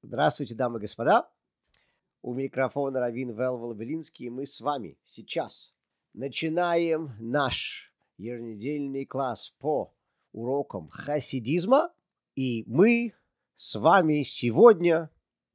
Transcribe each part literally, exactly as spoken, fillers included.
Здравствуйте, дамы и господа. У микрофона Равин Велвел Белинский. И мы с вами сейчас начинаем наш еженедельный класс по урокам хасидизма. И мы с вами сегодня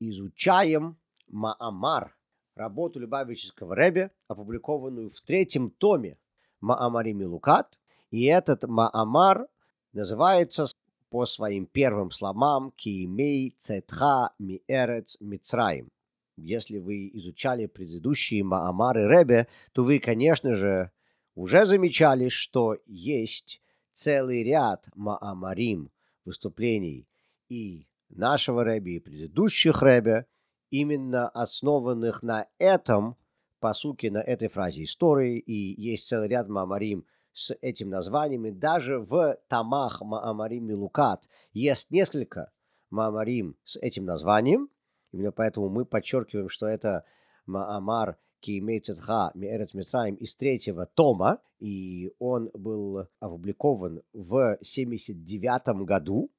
изучаем Маамар, работу Любавического Ребе, опубликованную в третьем томе Маамарим Милукат. И этот Маамар называется по своим первым словам «Киимей цетха миэрец Мицраим». Если вы изучали предыдущие Маамары Ребе, то вы, конечно же, уже замечали, что есть целый ряд Маамарим, выступлений и нашего Ребе, и предыдущих Ребе, именно основанных на этом пасуке, на этой фразе истории, и есть целый ряд Маамарим с этим названием, и даже в томах Маамарим Милукат есть несколько Маамарим с этим названием. Именно поэтому мы подчеркиваем, что это Маамар Киимей цетха миэрец Мицраим из третьего тома, и он был опубликован в семьдесят девятом году,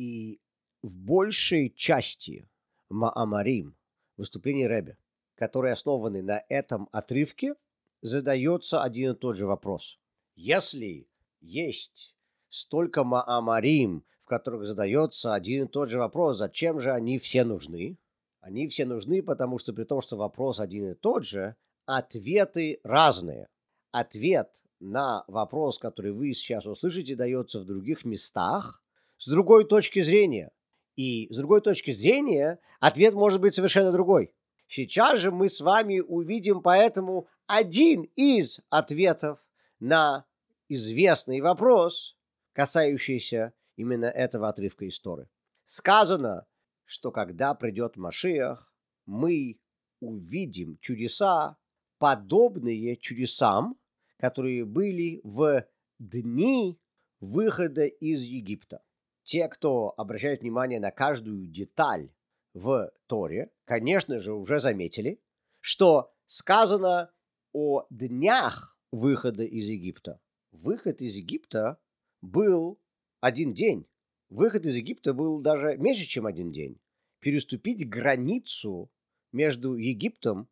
и в большей части Маамарим, выступлений Ребе, которые основаны на этом отрывке, задается один и тот же вопрос. Если есть столько Маамарим, в которых задается один и тот же вопрос, зачем же они все нужны? Они все нужны, потому что при том, что вопрос один и тот же, ответы разные. Ответ на вопрос, который вы сейчас услышите, дается в других местах с другой точки зрения. И с другой точки зрения ответ может быть совершенно другой. Сейчас же мы с вами увидим поэтому один из ответов на известный вопрос, касающийся именно этого отрывка истории. Сказано, что когда придет Машиах, мы увидим чудеса, подобные чудесам, которые были в дни выхода из Египта. Те, кто обращает внимание на каждую деталь в Торе, конечно же, уже заметили, что сказано о днях выхода из Египта. Выход из Египта был один день. Выход из Египта был даже меньше, чем один день. Переступить границу между Египтом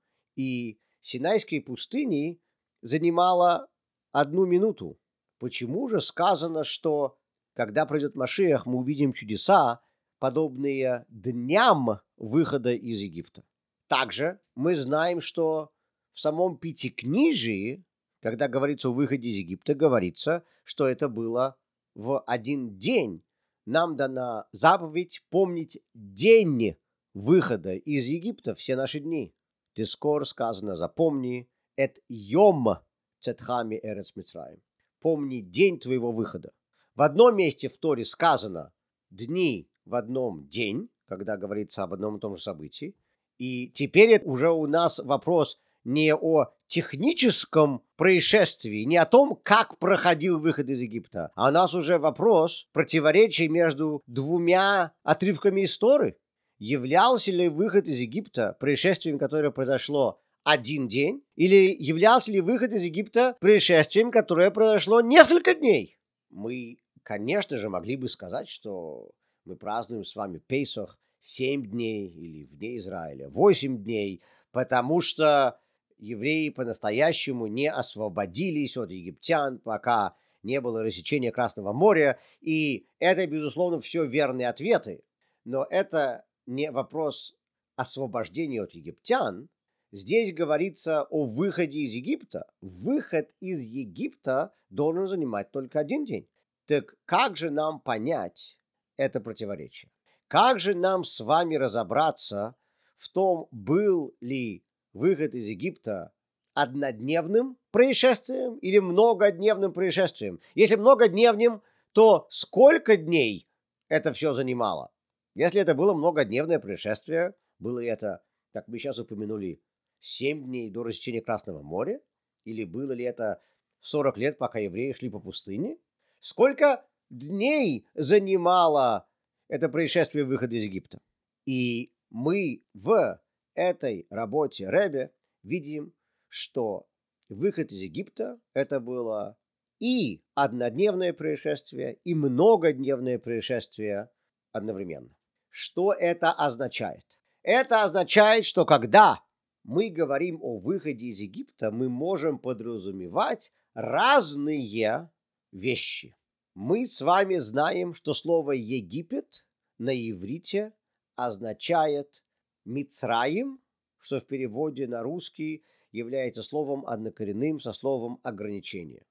и Синайской пустыней занимало одну минуту. Почему же сказано, что когда придет Машиах, мы увидим чудеса, подобные дням выхода из Египта? Также мы знаем, что в самом Пятикнижии, когда говорится о выходе из Египта, говорится, что это было в один день. Нам дана заповедь помнить день выхода из Египта все наши дни. Тискор сказано, запомни, эт йом цетха миэрец Мицраим. Помни день твоего выхода. В одном месте в Торе сказано дни в одном день, когда говорится об одном и том же событии. И теперь это уже у нас вопрос не о техническом происшествии, не о том, как проходил выход из Египта, а у нас уже вопрос противоречия между двумя отрывками истории. Являлся ли выход из Египта происшествием, которое произошло один день, или являлся ли выход из Египта происшествием, которое произошло несколько дней? Мы, конечно же, могли бы сказать, что мы празднуем с вами Пейсах семь дней или вне Израиля восемь дней, потому что евреи по-настоящему не освободились от египтян, пока не было рассечения Красного моря, и это, безусловно, все верные ответы. Но это не вопрос освобождения от египтян. Здесь говорится о выходе из Египта. Выход из Египта должен занимать только один день. Так как же нам понять это противоречие? Как же нам с вами разобраться в том, был ли выход из Египта однодневным происшествием или многодневным происшествием? Если многодневным, то сколько дней это все занимало? Если это было многодневное происшествие, было ли это, как мы сейчас упомянули, семь дней до рассечения Красного моря? Или было ли это сорок лет, пока евреи шли по пустыне? Сколько дней занимало это происшествие выхода из Египта? И мы в этой работе Ребе видим, что выход из Египта это было и однодневное происшествие, и многодневное происшествие одновременно. Что это означает? Это означает, что когда мы говорим о выходе из Египта, мы можем подразумевать разные вещи. Мы с вами знаем, что слово «Египет» на иврите означает «Мицраим», что в переводе на русский является словом однокоренным со словом «ограничение».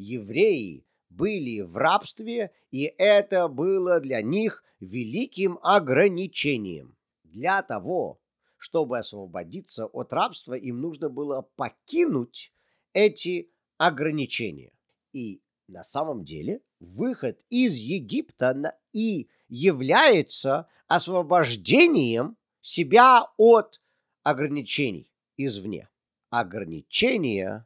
Евреи были в рабстве, и это было для них великим ограничением. Для того, чтобы освободиться от рабства, им нужно было покинуть эти ограничения. И на самом деле выход из Египта и является освобождением себя от ограничений извне. Ограничения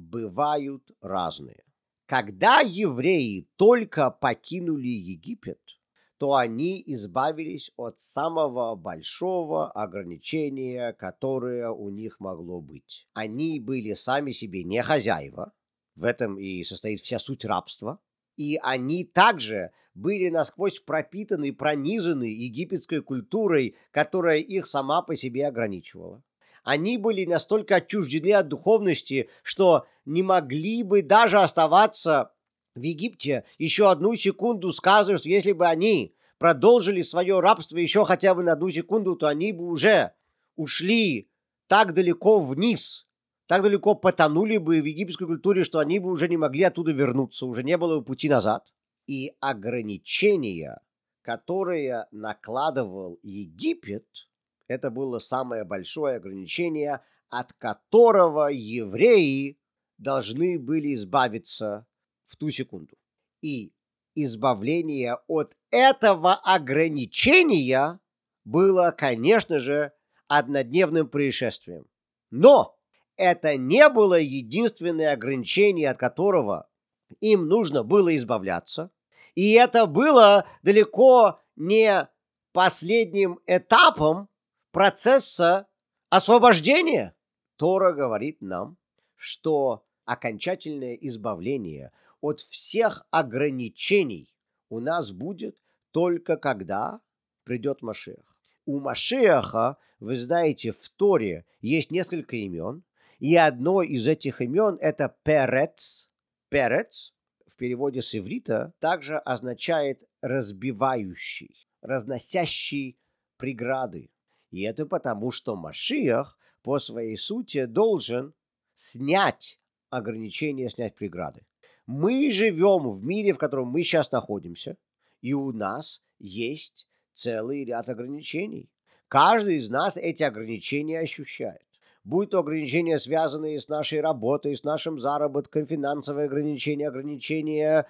бывают разные. Когда евреи только покинули Египет, то они избавились от самого большого ограничения, которое у них могло быть. Они были сами себе не хозяева, в этом и состоит вся суть рабства, и они также были насквозь пропитаны, пронизаны египетской культурой, которая их сама по себе ограничивала. Они были настолько отчуждены от духовности, что не могли бы даже оставаться в Египте еще одну секунду. Сказано, что если бы они продолжили свое рабство еще хотя бы на одну секунду, то они бы уже ушли так далеко вниз, так далеко потонули бы в египетской культуре, что они бы уже не могли оттуда вернуться, уже не было бы пути назад. И ограничения, которые накладывал Египет, это было самое большое ограничение, от которого евреи должны были избавиться в ту секунду. И избавление от этого ограничения было, конечно же, однодневным происшествием. Но это не было единственное ограничение, от которого им нужно было избавляться. И это было далеко не последним этапом процесса освобождения. Тора говорит нам, что окончательное избавление от всех ограничений у нас будет только когда придет Машиах. У Машиаха, вы знаете, в Торе есть несколько имен, и одно из этих имен – это Перец. Перец в переводе с иврита также означает разбивающий, разносящий преграды. И это потому, что Машиах по своей сути должен снять ограничения, снять преграды. Мы живем в мире, в котором мы сейчас находимся, и у нас есть целый ряд ограничений. Каждый из нас эти ограничения ощущает. Будь то ограничения, связанные с нашей работой, с нашим заработком, финансовые ограничения, ограничения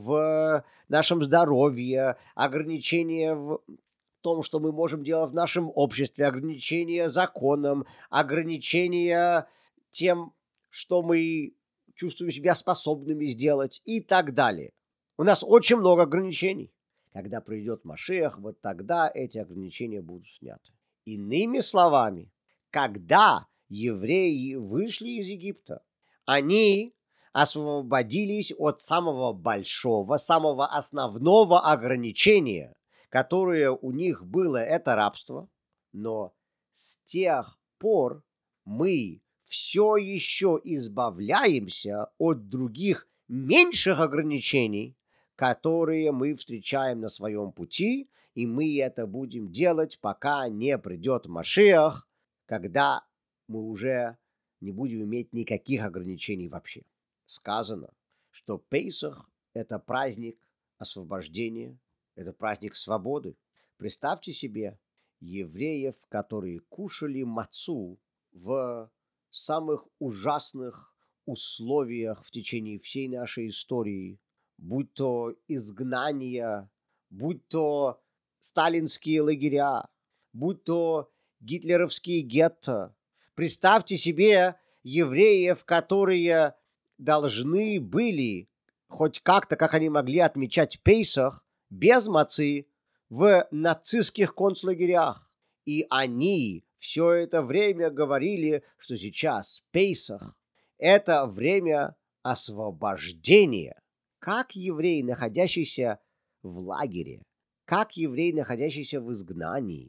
в нашем здоровье, ограничения в том, что мы можем делать в нашем обществе, ограничения законом, ограничения тем, что мы чувствуем себя способными сделать и так далее. У нас очень много ограничений. Когда придет Машиах, вот тогда эти ограничения будут сняты. Иными словами, когда евреи вышли из Египта, они освободились от самого большого, самого основного ограничения, которое у них было, это рабство. Но с тех пор мы все еще избавляемся от других меньших ограничений, которые мы встречаем на своем пути, и мы это будем делать, пока не придет Машиах, когда мы уже не будем иметь никаких ограничений вообще. Сказано, что Пейсах – это праздник освобождения, это праздник свободы. Представьте себе евреев, которые кушали мацу в самых ужасных условиях в течение всей нашей истории, будь то изгнание, будь то сталинские лагеря, будь то гитлеровские гетто. Представьте себе евреев, которые должны были хоть как-то, как они могли отмечать Пейсах, без мацы в нацистских концлагерях. И они все это время говорили, что сейчас Пейсах – это время освобождения. Как еврей, находящийся в лагере, Как еврей, находящийся в изгнании,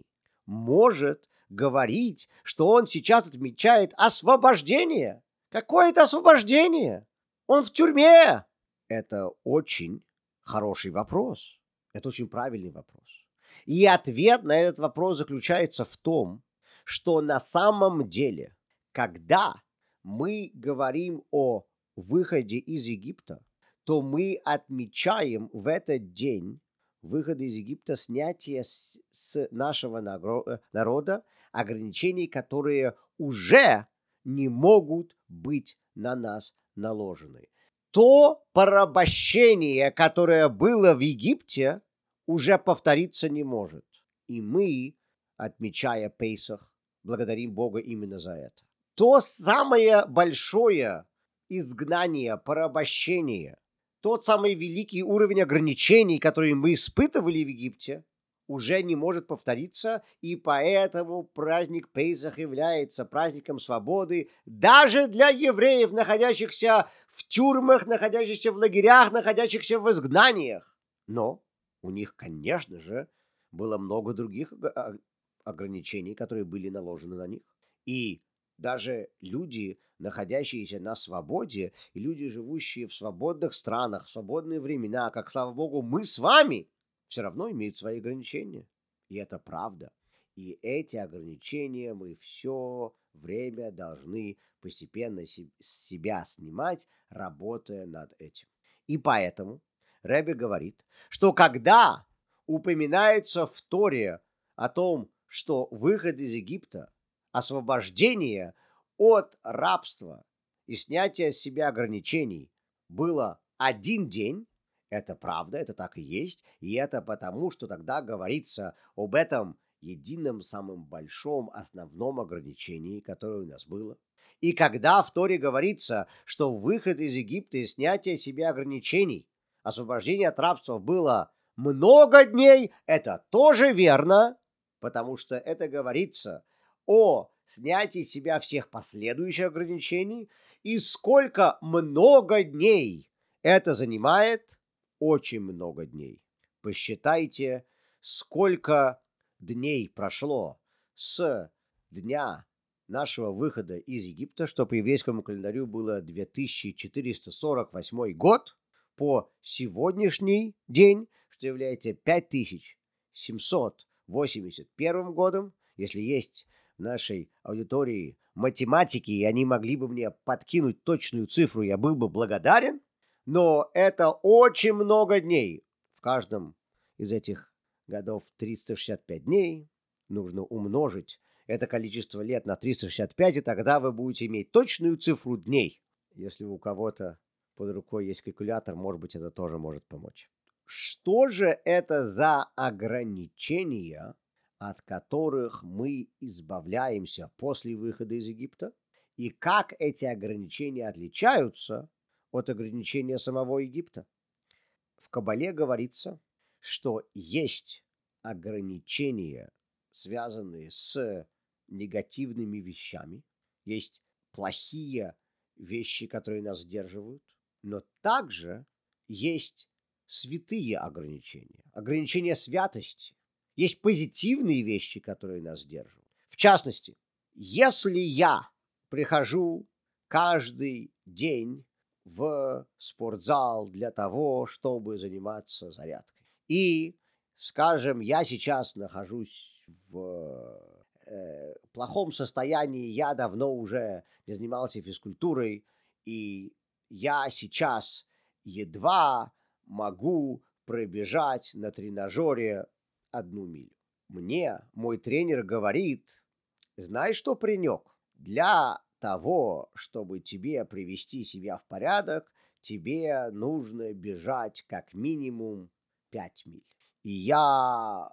может говорить, что он сейчас отмечает освобождение? Какое это освобождение? Он в тюрьме. Это очень хороший вопрос. Это очень правильный вопрос. И ответ на этот вопрос заключается в том, что на самом деле, когда мы говорим о выходе из Египта, то мы отмечаем в этот день выхода из Египта, снятие с, с нашего народа ограничений, которые уже не могут быть на нас наложены. То порабощение, которое было в Египте, уже повториться не может. И мы, отмечая Пейсах, благодарим Бога именно за это. То самое большое изгнание, порабощение, тот самый великий уровень ограничений, который мы испытывали в Египте, уже не может повториться, и поэтому праздник Пейсах является праздником свободы даже для евреев, находящихся в тюрьмах, находящихся в лагерях, находящихся в изгнаниях. Но у них, конечно же, было много других ограничений, которые были наложены на них. И даже люди, находящиеся на свободе, и люди, живущие в свободных странах, в свободные времена, как, слава Богу, мы с вами, все равно имеют свои ограничения. И это правда. И эти ограничения мы все время должны постепенно с себя снимать, работая над этим. И поэтому Ребе говорит, что когда упоминается в Торе о том, что выход из Египта, освобождение от рабства и снятие с себя ограничений было один день, это правда, это так и есть, и это потому, что тогда говорится об этом едином самом большом основном ограничении, которое у нас было. И когда в Торе говорится, что выход из Египта и снятие с себя ограничений, освобождение от рабства было много дней, это тоже верно, потому что это говорится о снятии с себя всех последующих ограничений, и сколько много дней это занимает, очень много дней. Посчитайте, сколько дней прошло с дня нашего выхода из Египта, что по еврейскому календарю было две тысячи четыреста сорок восьмой год, по сегодняшний день, что является пять тысяч семьсот восемьдесят первым годом. Если есть в нашей аудитории математики, и они могли бы мне подкинуть точную цифру, я был бы благодарен. Но это очень много дней. В каждом из этих годов триста шестьдесят пять дней. Нужно умножить это количество лет на триста шестьдесят пять, и тогда вы будете иметь точную цифру дней. Если у кого-то под рукой есть калькулятор, может быть, это тоже может помочь. Что же это за ограничения, от которых мы избавляемся после выхода из Египта? И как эти ограничения отличаются от ограничения самого Египта? В Кабале говорится, что есть ограничения, связанные с негативными вещами, есть плохие вещи, которые нас сдерживают, но также есть святые ограничения, ограничения святости. Есть позитивные вещи, которые нас сдерживают. В частности, если я прихожу каждый день в спортзал для того, чтобы заниматься зарядкой, и, скажем, я сейчас нахожусь в э, плохом состоянии, я давно уже не занимался физкультурой, и я сейчас едва могу пробежать на тренажере одну милю. Мне мой тренер говорит: знаешь что, паренек, для того, чтобы тебе привести себя в порядок, тебе нужно бежать как минимум пять миль. И я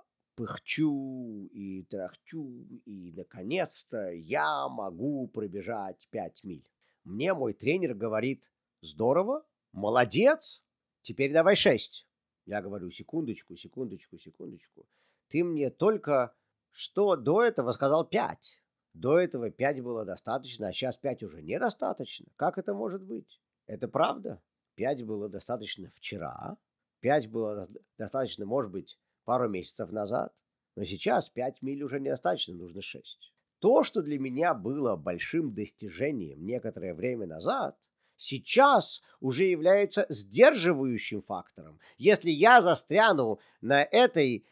пыхчу и трахчу, и наконец-то я могу пробежать пять миль. Мне мой тренер говорит: здорово, молодец, теперь давай шесть. Я говорю: секундочку, секундочку, секундочку. Ты мне только что до этого сказал пять. До этого пять было достаточно, а сейчас пять уже недостаточно. Как это может быть? Это правда. пять было достаточно вчера. пять было достаточно, может быть, пару месяцев назад, но сейчас пять миль уже недостаточно, нужно шесть. То, что для меня было большим достижением некоторое время назад, сейчас уже является сдерживающим фактором. Если я застряну на этой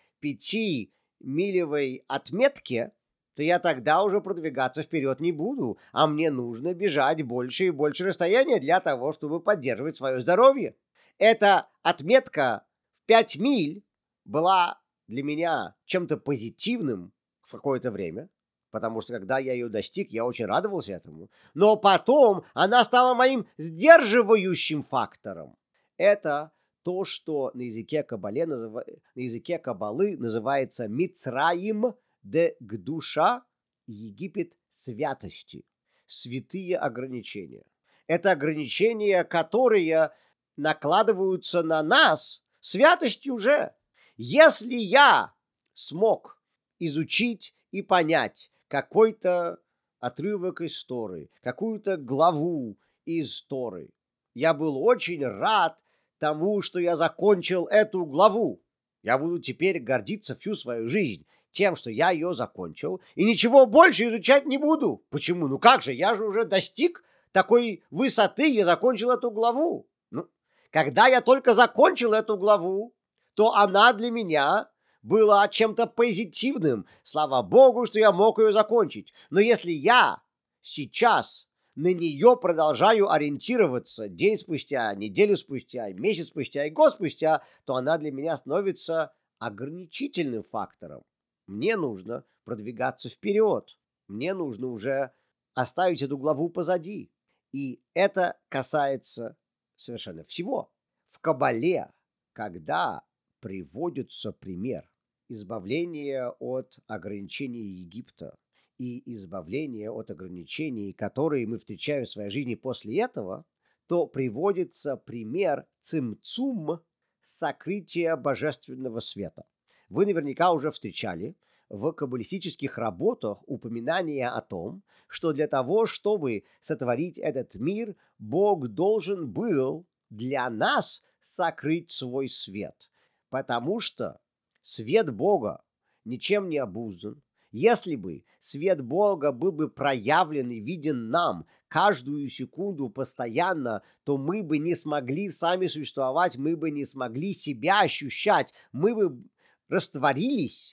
пятимилевой отметке, то я тогда уже продвигаться вперед не буду, а мне нужно бежать больше и больше расстояния для того, чтобы поддерживать свое здоровье. Эта отметка в пять миль была для меня чем-то позитивным в какое-то время, потому что когда я ее достиг, я очень радовался этому. Но потом она стала моим сдерживающим фактором. Это то, что на языке Кабале, называ... на языке Кабалы называется Мицраим де Гдуша, Египет святости, святые ограничения. Это ограничения, которые накладываются на нас святостью уже. Если я смог изучить и понять какой-то отрывок из Торы, какую-то главу из Торы, я был очень рад тому, что я закончил эту главу. Я буду теперь гордиться всю свою жизнь тем, что я ее закончил, и ничего больше изучать не буду. Почему? Ну как же, я же уже достиг такой высоты, я закончил эту главу. Ну, когда я только закончил эту главу, то она для меня была чем-то позитивным. Слава Богу, что я мог ее закончить. Но если я сейчас на нее продолжаю ориентироваться день спустя, неделю спустя, месяц спустя и год спустя, то она для меня становится ограничительным фактором. Мне нужно продвигаться вперед. Мне нужно уже оставить эту главу позади. И это касается совершенно всего. В Кабале, когда приводится пример избавления от ограничений Египта и избавления от ограничений, которые мы встречаем в своей жизни после этого, то приводится пример цимцум, сокрытия божественного света. Вы наверняка уже встречали в каббалистических работах упоминание о том, что для того, чтобы сотворить этот мир, Бог должен был для нас сокрыть свой свет, потому что свет Бога ничем не обуздан. Если бы свет Бога был бы проявлен и виден нам каждую секунду постоянно, то мы бы не смогли сами существовать, мы бы не смогли себя ощущать, мы бы растворились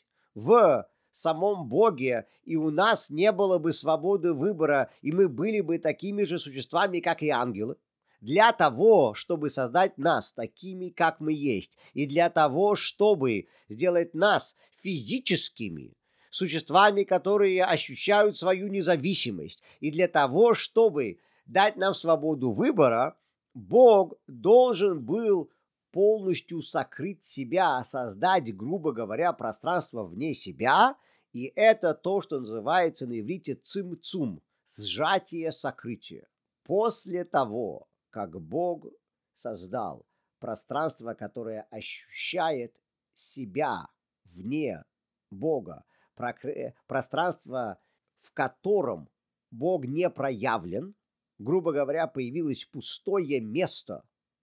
в самом Боге, и у нас не было бы свободы выбора, и мы были бы такими же существами, как и ангелы. Для того, чтобы создать нас такими, как мы есть, и для того, чтобы сделать нас физическими существами, которые ощущают свою независимость, и для того, чтобы дать нам свободу выбора, Бог должен был полностью сокрыть себя, создать, грубо говоря, пространство вне себя, и это то, что называется на иврите цимцум, сжатие сокрытия. После того, как Бог создал пространство, которое ощущает себя вне Бога, пространство, в котором Бог не проявлен, грубо говоря, появилось пустое место,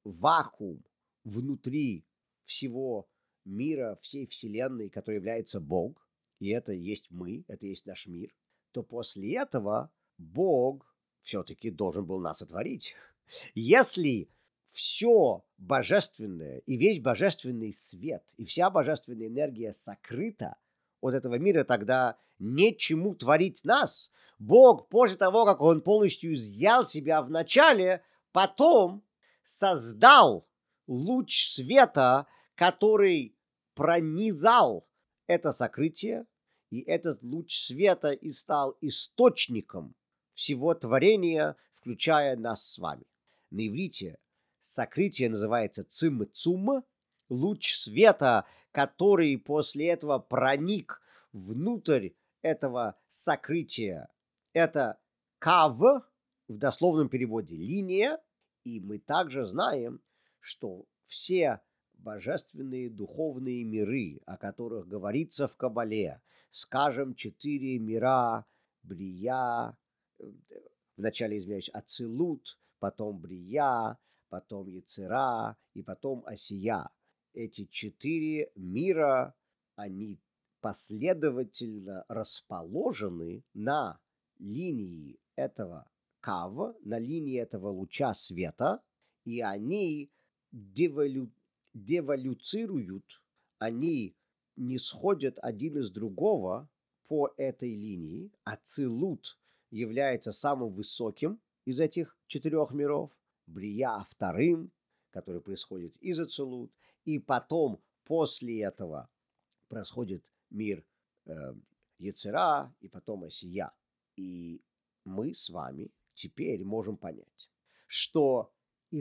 вакуум внутри всего мира, всей вселенной, который является Бог, и это есть мы, это есть наш мир, то после этого Бог все-таки должен был нас сотворить. Если все божественное и весь божественный свет и вся божественная энергия сокрыта от этого мира, тогда нечему творить нас. Бог после того, как Он полностью изъял себя в начале, потом создал луч света, который пронизал это сокрытие, и этот луч света и стал источником всего творения, включая нас с вами. На иврите сокрытие называется цимцум, луч света, который после этого проник внутрь этого сокрытия. Это кав, в дословном переводе линия, и мы также знаем, что все божественные духовные миры, о которых говорится в Кабале, скажем, четыре мира, Брия, вначале, извиняюсь, Ацилут, потом Брия, потом Яцера и потом Осия. Эти четыре мира они последовательно расположены на линии этого кава, на линии этого луча света, и они деволю... деволюцируют, они не сходят один из другого по этой линии. Ацилут является самым высоким из этих четырех миров, Брия вторым, который происходит из Ацилут, и потом после этого происходит мир э, Ецера и потом Осия. И мы с вами теперь можем понять, что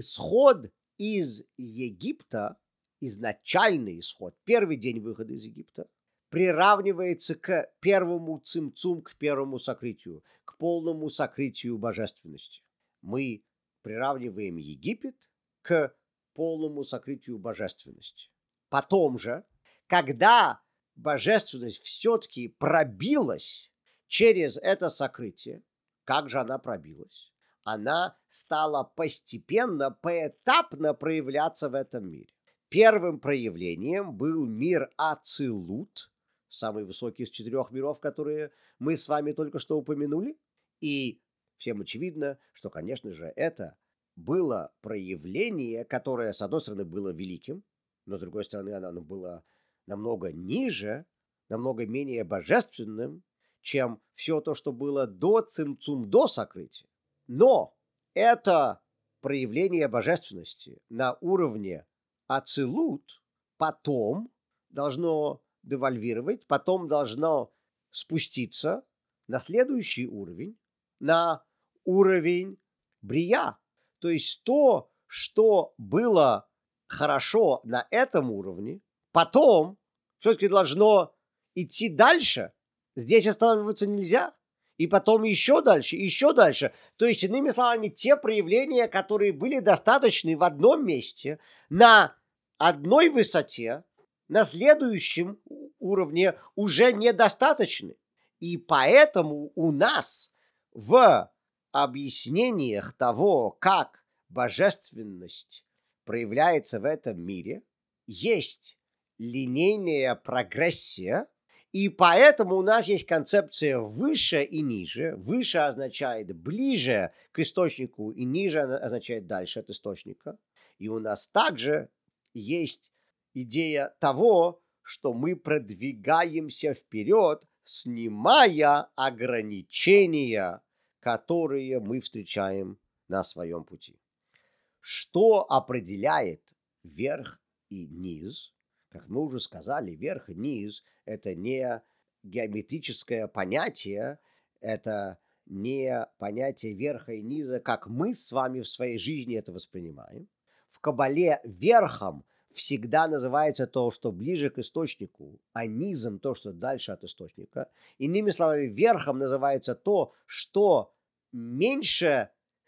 исход из Египта, изначальный исход, первый день выхода из Египта, приравнивается к первому цимцум, к первому сокрытию, к полному сокрытию божественности. Мы приравниваем Египет к полному сокрытию божественности. Потом же, когда божественность все-таки пробилась через это сокрытие, как же она пробилась? Она стала постепенно, поэтапно проявляться в этом мире. Первым проявлением был мир Ацилут, самый высокий из четырех миров, которые мы с вами только что упомянули. И всем очевидно, что, конечно же, это было проявление, которое, с одной стороны, было великим, но, с другой стороны, оно было намного ниже, намного менее божественным, чем все то, что было до цимцум, до сокрытия. Но это проявление божественности на уровне Ацилут потом должно девальвировать, потом должно спуститься на следующий уровень, на уровень Брия. То есть то, что было хорошо на этом уровне, потом все-таки должно идти дальше. Здесь останавливаться нельзя. И потом еще дальше, еще дальше. То есть, иными словами, те проявления, которые были достаточны в одном месте, на одной высоте, на следующем уровне уже недостаточны. И поэтому у нас в объяснениях того, как божественность проявляется в этом мире, есть линейная прогрессия, и поэтому у нас есть концепция выше и ниже. Выше означает ближе к источнику, и ниже означает дальше от источника. И у нас также есть идея того, что мы продвигаемся вперед, снимая ограничения, которые мы встречаем на своем пути. Что определяет верх и низ? Как мы уже сказали, верх и низ – это не геометрическое понятие, это не понятие верха и низа, как мы с вами в своей жизни это воспринимаем. В Кабале верхом всегда называется то, что ближе к источнику, а низом то, что дальше от источника. Иными словами, верхом называется то, что меньше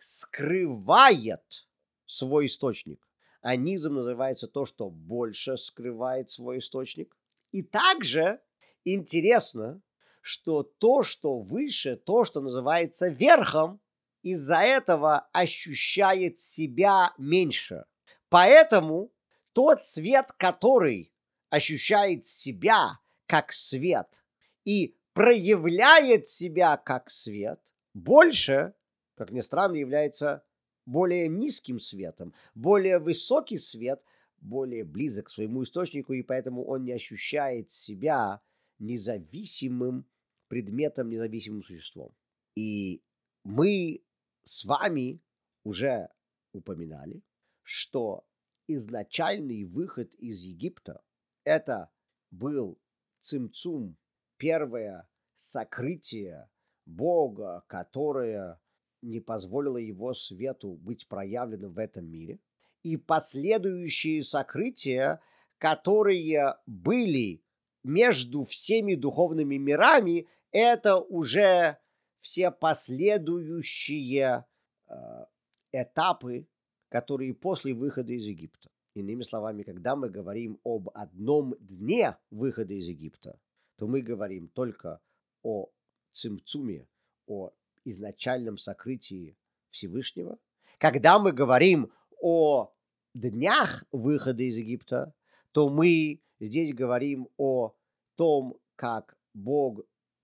скрывает свой источник, а низом называется то, что больше скрывает свой источник. И также интересно, что то, что выше, то, что называется верхом, из-за этого ощущает себя меньше. Поэтому тот свет, который ощущает себя как свет и проявляет себя как свет, больше, как ни странно, является более низким светом. Более высокий свет более близок к своему источнику, и поэтому он не ощущает себя независимым предметом, независимым существом. И мы с вами уже упоминали, что изначальный выход из Египта – это был цимцум, первое сокрытие Бога, которое не позволило его свету быть проявленным в этом мире, и последующие сокрытия, которые были между всеми духовными мирами, это уже все последующие э, этапы, которые после выхода из Египта. Иными словами, когда мы говорим об одном дне выхода из Египта, то мы говорим только о цимцуме, о изначальном сокрытии Всевышнего. Когда мы говорим о днях выхода из Египта, то мы здесь говорим о том, как Бог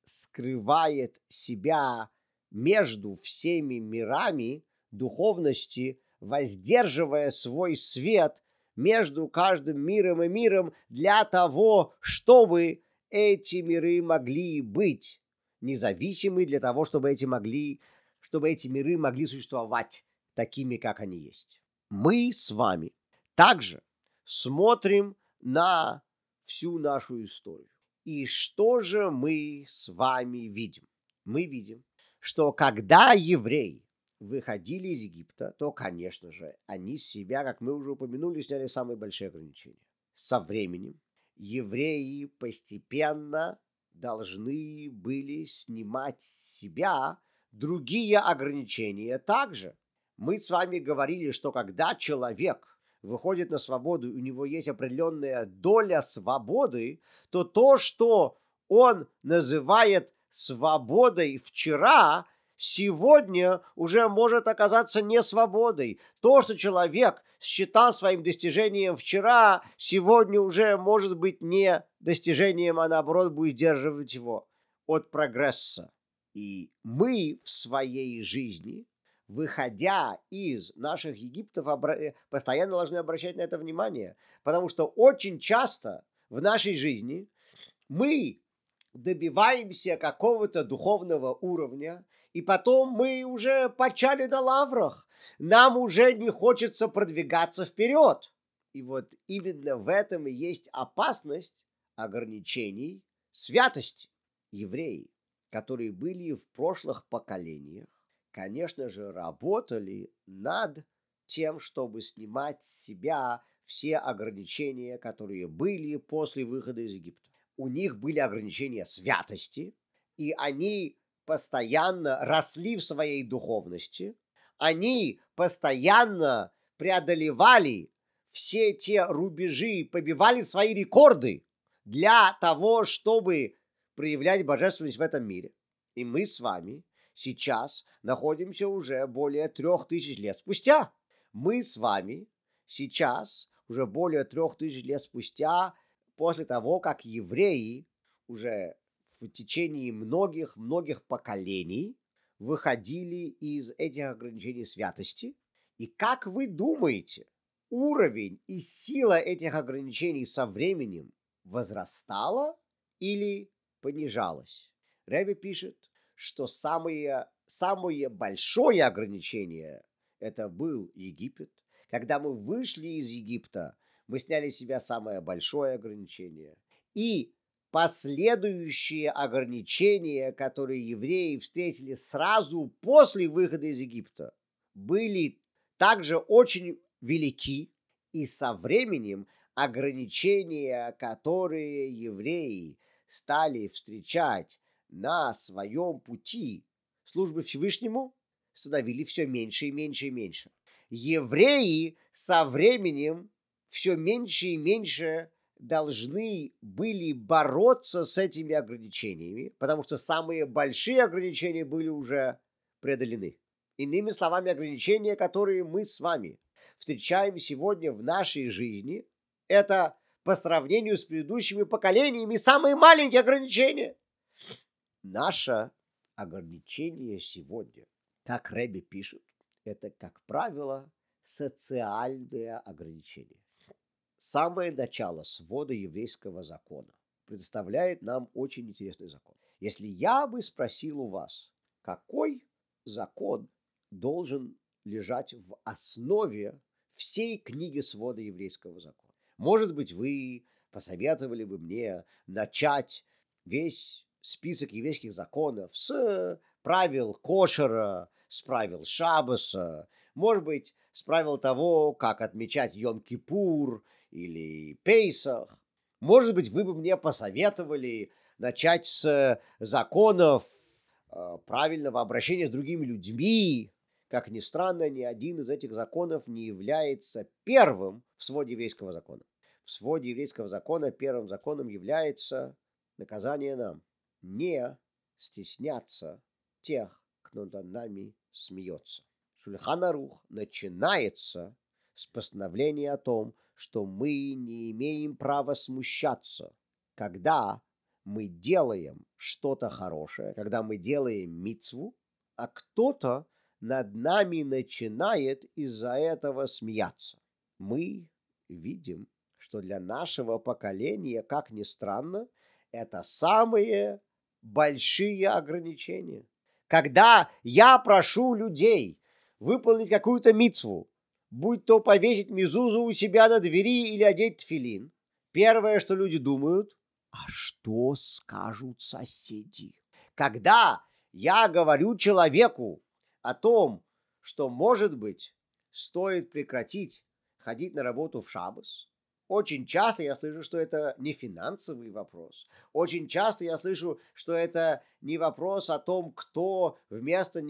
скрывает себя между всеми мирами духовности, воздерживая свой свет между каждым миром и миром для того, чтобы эти миры могли быть независимы, для того, чтобы эти, могли, чтобы эти миры могли существовать такими, как они есть. Мы с вами также смотрим на всю нашу историю. И что же мы с вами видим? Мы видим, что когда евреи выходили из Египта, то, конечно же, они с себя, как мы уже упомянули, сняли самые большие ограничения. Со временем евреи постепенно должны были снимать с себя другие ограничения также. Мы с вами говорили, что когда человек выходит на свободу, и у него есть определенная доля свободы, то то, что он называет свободой вчера, сегодня уже может оказаться не свободой. То, что человек считал своим достижением вчера, сегодня уже может быть не достижением, а наоборот будет сдерживать его от прогресса. И мы в своей жизни, выходя из наших Египтов, постоянно должны обращать на это внимание, потому что очень часто в нашей жизни мы добиваемся какого-то духовного уровня, и потом мы уже почали на лаврах, нам уже не хочется продвигаться вперед. И вот именно в этом и есть опасность ограничений святости. Евреи, которые были в прошлых поколениях, конечно же, работали над тем, чтобы снимать с себя все ограничения, которые были после выхода из Египта. У них были ограничения святости, и они постоянно росли в своей духовности, они постоянно преодолевали все те рубежи, побивали свои рекорды для того, чтобы проявлять божественность в этом мире. И мы с вами сейчас находимся уже более трех тысяч лет спустя. Мы с вами сейчас уже более трех тысяч лет спустя, после того, как евреи уже в течение многих-многих поколений выходили из этих ограничений святости. И как вы думаете, уровень и сила этих ограничений со временем возрастала или понижалась? Ребе пишет, что самое, самое большое ограничение это был Египет. Когда мы вышли из Египта, мы сняли с себя самое большое ограничение. И последующие ограничения, которые евреи встретили сразу после выхода из Египта, были также очень велики. И со временем ограничения, которые евреи стали встречать на своем пути службы Всевышнему, становились все меньше и меньше и меньше. Евреи со временем все меньше и меньше должны были бороться с этими ограничениями, потому что самые большие ограничения были уже преодолены. Иными словами, ограничения, которые мы с вами встречаем сегодня в нашей жизни, это по сравнению с предыдущими поколениями самые маленькие ограничения. Наше ограничение сегодня, как Ребе пишет, это, как правило, социальное ограничение. Самое начало свода еврейского закона предоставляет нам очень интересный закон. Если я бы спросил у вас, какой закон должен лежать в основе всей книги свода еврейского закона, может быть, вы посоветовали бы мне начать весь список еврейских законов с правил кошера, с правил Шаббаса, может быть, с правил того, как отмечать Йом-Кипур или Пейсах. Может быть, вы бы мне посоветовали начать с законов э, правильного обращения с другими людьми. Как ни странно, ни один из этих законов не является первым в своде еврейского закона. В своде еврейского закона первым законом является наказание нам не стесняться тех, кто над нами смеется. Шульхан Арух начинается с постановления о том, что мы не имеем права смущаться, когда мы делаем что-то хорошее, когда мы делаем мицву, а кто-то над нами начинает из-за этого смеяться. Мы видим, что для нашего поколения, как ни странно, это самые большие ограничения. Когда я прошу людей выполнить какую-то мицву, будь то повесить мезузу у себя на двери или одеть тфилин, первое, что люди думают, а что скажут соседи? Когда я говорю человеку о том, что, может быть, стоит прекратить ходить на работу в шаббос, очень часто я слышу, что это не финансовый вопрос. Очень часто я слышу, что это не вопрос о том, кто вместо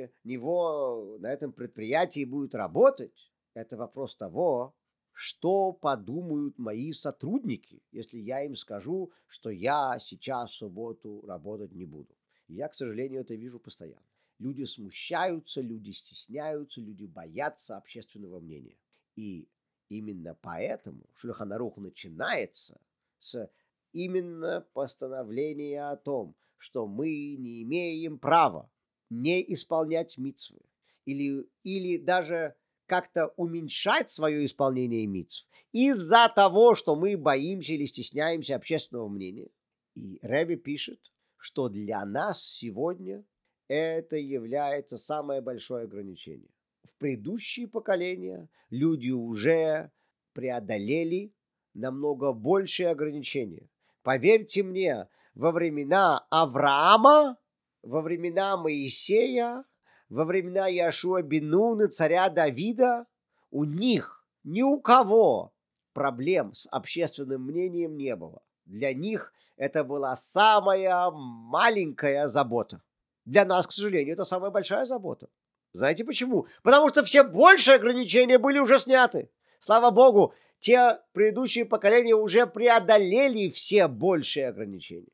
него на этом предприятии будет работать. Это вопрос того, что подумают мои сотрудники, если я им скажу, что я сейчас в субботу работать не буду. Я, к сожалению, это вижу постоянно. Люди смущаются, люди стесняются, люди боятся общественного мнения. И именно поэтому Шульхан Арух начинается с именно постановления о том, что мы не имеем права не исполнять мицвы или, или даже как-то уменьшать свое исполнение мицв из-за того, что мы боимся или стесняемся общественного мнения. И Ребе пишет, что для нас сегодня это является самое большое ограничение. В предыдущие поколения люди уже преодолели намного большие ограничения. Поверьте мне, во времена Авраама, во времена Моисея, во времена Яшуа бен Нуна, царя Давида, у них ни у кого проблем с общественным мнением не было. Для них это была самая маленькая забота. Для нас, к сожалению, это самая большая забота. Знаете почему? Потому что все большие ограничения были уже сняты. Слава Богу, те предыдущие поколения уже преодолели все большие ограничения.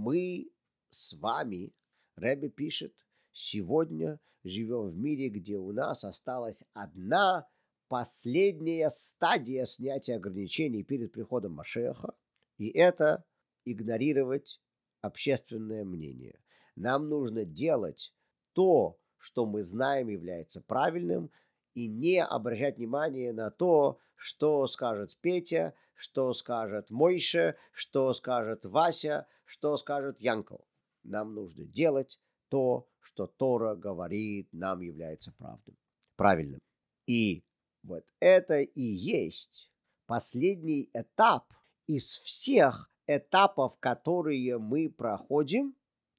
Мы с вами, Ребе пишет, сегодня живем в мире, где у нас осталась одна последняя стадия снятия ограничений перед приходом Машеха, и это игнорировать общественное мнение. Нам нужно делать то, что мы знаем является правильным, и не обращать внимание на то, что скажет Петя, что скажет Мойше, что скажет Вася, что скажет Янкл. Нам нужно делать то, что Тора говорит, нам является правдой, правильным. И вот это и есть последний этап из всех этапов, которые мы проходим,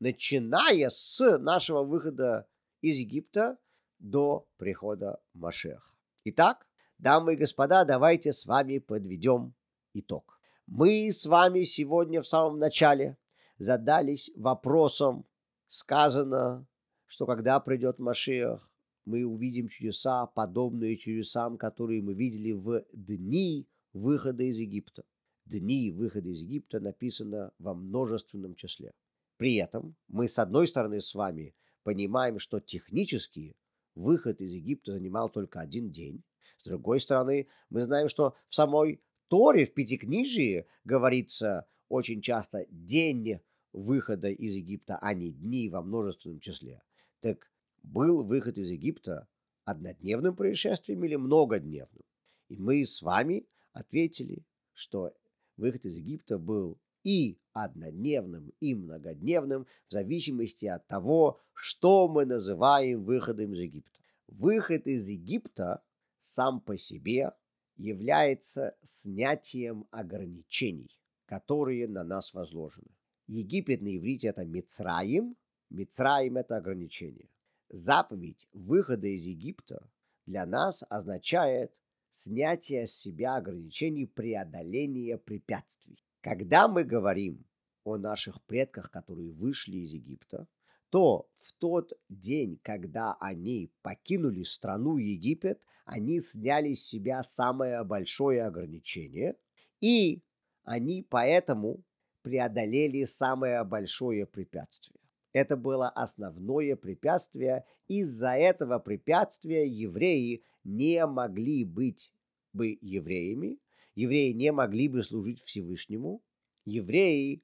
начиная с нашего выхода из Египта до прихода Машеха. Итак, дамы и господа, давайте с вами подведем итог. Мы с вами сегодня в самом начале задались вопросом, сказано, что когда придет Машех, мы увидим чудеса, подобные чудесам, которые мы видели в дни выхода из Египта. Дни выхода из Египта написано во множественном числе. При этом мы, с одной стороны, с вами понимаем, что технически выход из Египта занимал только один день. С другой стороны, мы знаем, что в самой Торе, в Пятикнижии, говорится очень часто день выхода из Египта, а не дни во множественном числе. Так был выход из Египта однодневным происшествием или многодневным? И мы с вами ответили, что выход из Египта был и однодневным, и многодневным, в зависимости от того, что мы называем выходом из Египта. Выход из Египта сам по себе является снятием ограничений, которые на нас возложены. Египет на иврите это Мицраим, Мицраим это ограничение. Заповедь выхода из Египта для нас означает снятие с себя ограничений, преодоление препятствий. Когда мы говорим о наших предках, которые вышли из Египта, то в тот день, когда они покинули страну Египет, они сняли с себя самое большое ограничение, и они поэтому преодолели самое большое препятствие. Это было основное препятствие. Из-за этого препятствия евреи не могли быть бы евреями, евреи не могли бы служить Всевышнему, евреи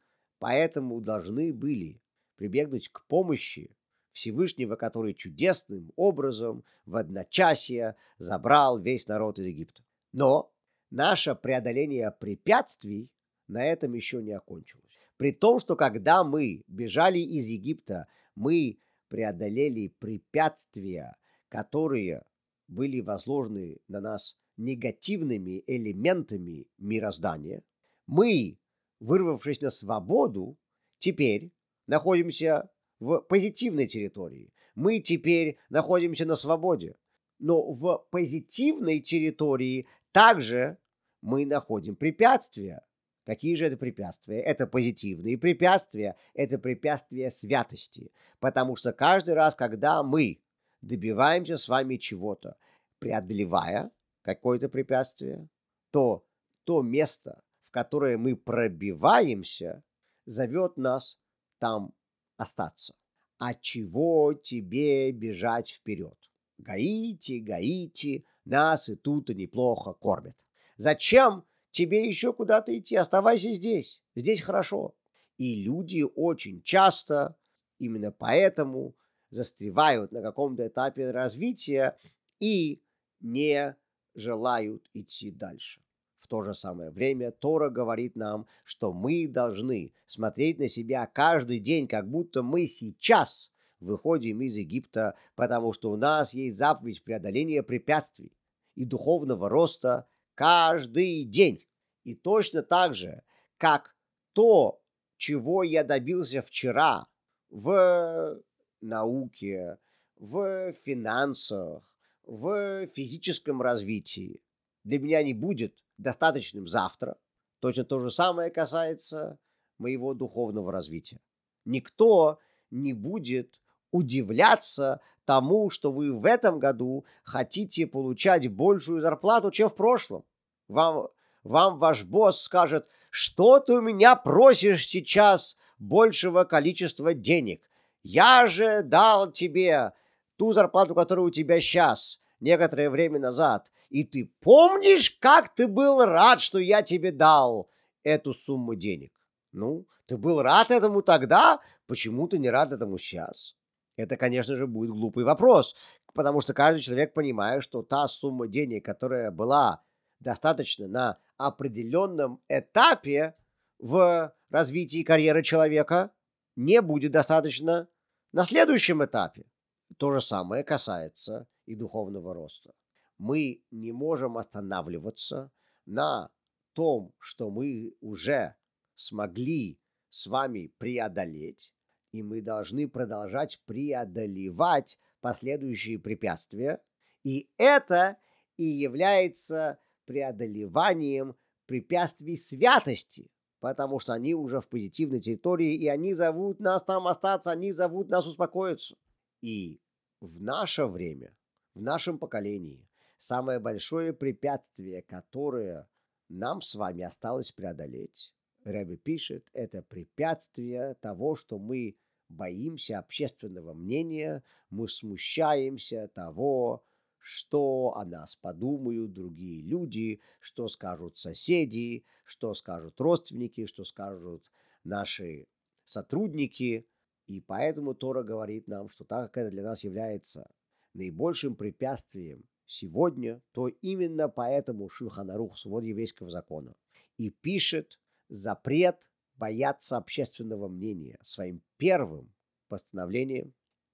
поэтому должны были прибегнуть к помощи Всевышнего, который чудесным образом в одночасье забрал весь народ из Египта. Но наше преодоление препятствий на этом еще не окончилось. При том, что когда мы бежали из Египта, мы преодолели препятствия, которые были возложены на нас негативными элементами мироздания. Мы, вырвавшись на свободу, теперь находимся в позитивной территории. Мы теперь находимся на свободе. Но в позитивной территории также мы находим препятствия. Какие же это препятствия? Это позитивные препятствия, это препятствия святости. Потому что каждый раз, когда мы добиваемся с вами чего-то, преодолевая какое-то препятствие, то то место, в которое мы пробиваемся, зовет нас там остаться. От чего тебе бежать вперед? Гаити, Гаити, нас и тут и неплохо кормят. Зачем тебе еще куда-то идти? Оставайся здесь, здесь хорошо. И люди очень часто именно поэтому застревают на каком-то этапе развития и не желают идти дальше. В то же самое время Тора говорит нам, что мы должны смотреть на себя каждый день, как будто мы сейчас выходим из Египта, потому что у нас есть заповедь преодоления препятствий и духовного роста каждый день. И точно так же, как то, чего я добился вчера в науке, в финансах, в физическом развитии, для меня не будет достаточным завтра. Точно то же самое касается моего духовного развития. Никто не будет удивляться тому, что вы в этом году хотите получать большую зарплату, чем в прошлом. Вам, вам ваш босс скажет: что ты у меня просишь сейчас большего количества денег? Я же дал тебе ту зарплату, которая у тебя сейчас, некоторое время назад. И ты помнишь, как ты был рад, что я тебе дал эту сумму денег? Ну, ты был рад этому тогда, почему ты не рад этому сейчас? Это, конечно же, будет глупый вопрос, потому что каждый человек понимает, что та сумма денег, которая была достаточно на определенном этапе в развитии карьеры человека, не будет достаточно на следующем этапе. То же самое касается и духовного роста. Мы не можем останавливаться на том, что мы уже смогли с вами преодолеть, и мы должны продолжать преодолевать последующие препятствия. И это и является преодолеванием препятствий святости, потому что они уже в позитивной территории, и они зовут нас там остаться, они зовут нас успокоиться. И в наше время, в нашем поколении, самое большое препятствие, которое нам с вами осталось преодолеть, Ребе пишет, это препятствие того, что мы боимся общественного мнения, мы смущаемся того, что о нас подумают другие люди, что скажут соседи, что скажут родственники, что скажут наши сотрудники. И поэтому Тора говорит нам, что так как это для нас является наибольшим препятствием сегодня, то именно поэтому Шульхан Арух, свод еврейского закона, и пишет запрет бояться общественного мнения своим первым постановлением.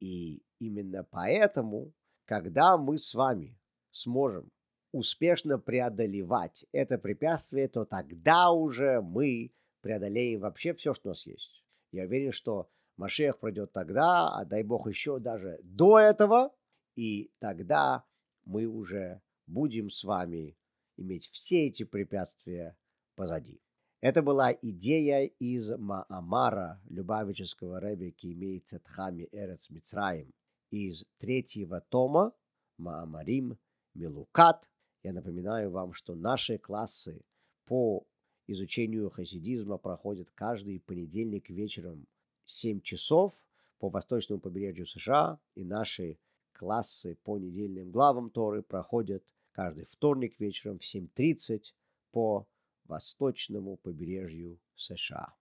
И именно поэтому, когда мы с вами сможем успешно преодолевать это препятствие, то тогда уже мы преодолеем вообще все, что у нас есть. Я уверен, что Машиах придет тогда, а дай Бог еще даже до этого, и тогда мы уже будем с вами иметь все эти препятствия позади. Это была идея из Маамара Любавического Ребе Кимей Цетхами Эрец Мицраим из третьего тома Маамарим Милукат. Я напоминаю вам, что наши классы по изучению хасидизма проходят каждый понедельник вечером в семь часов по восточному побережью США, и наши классы по недельным главам Торы проходят каждый вторник вечером в семь тридцать по восточному побережью США.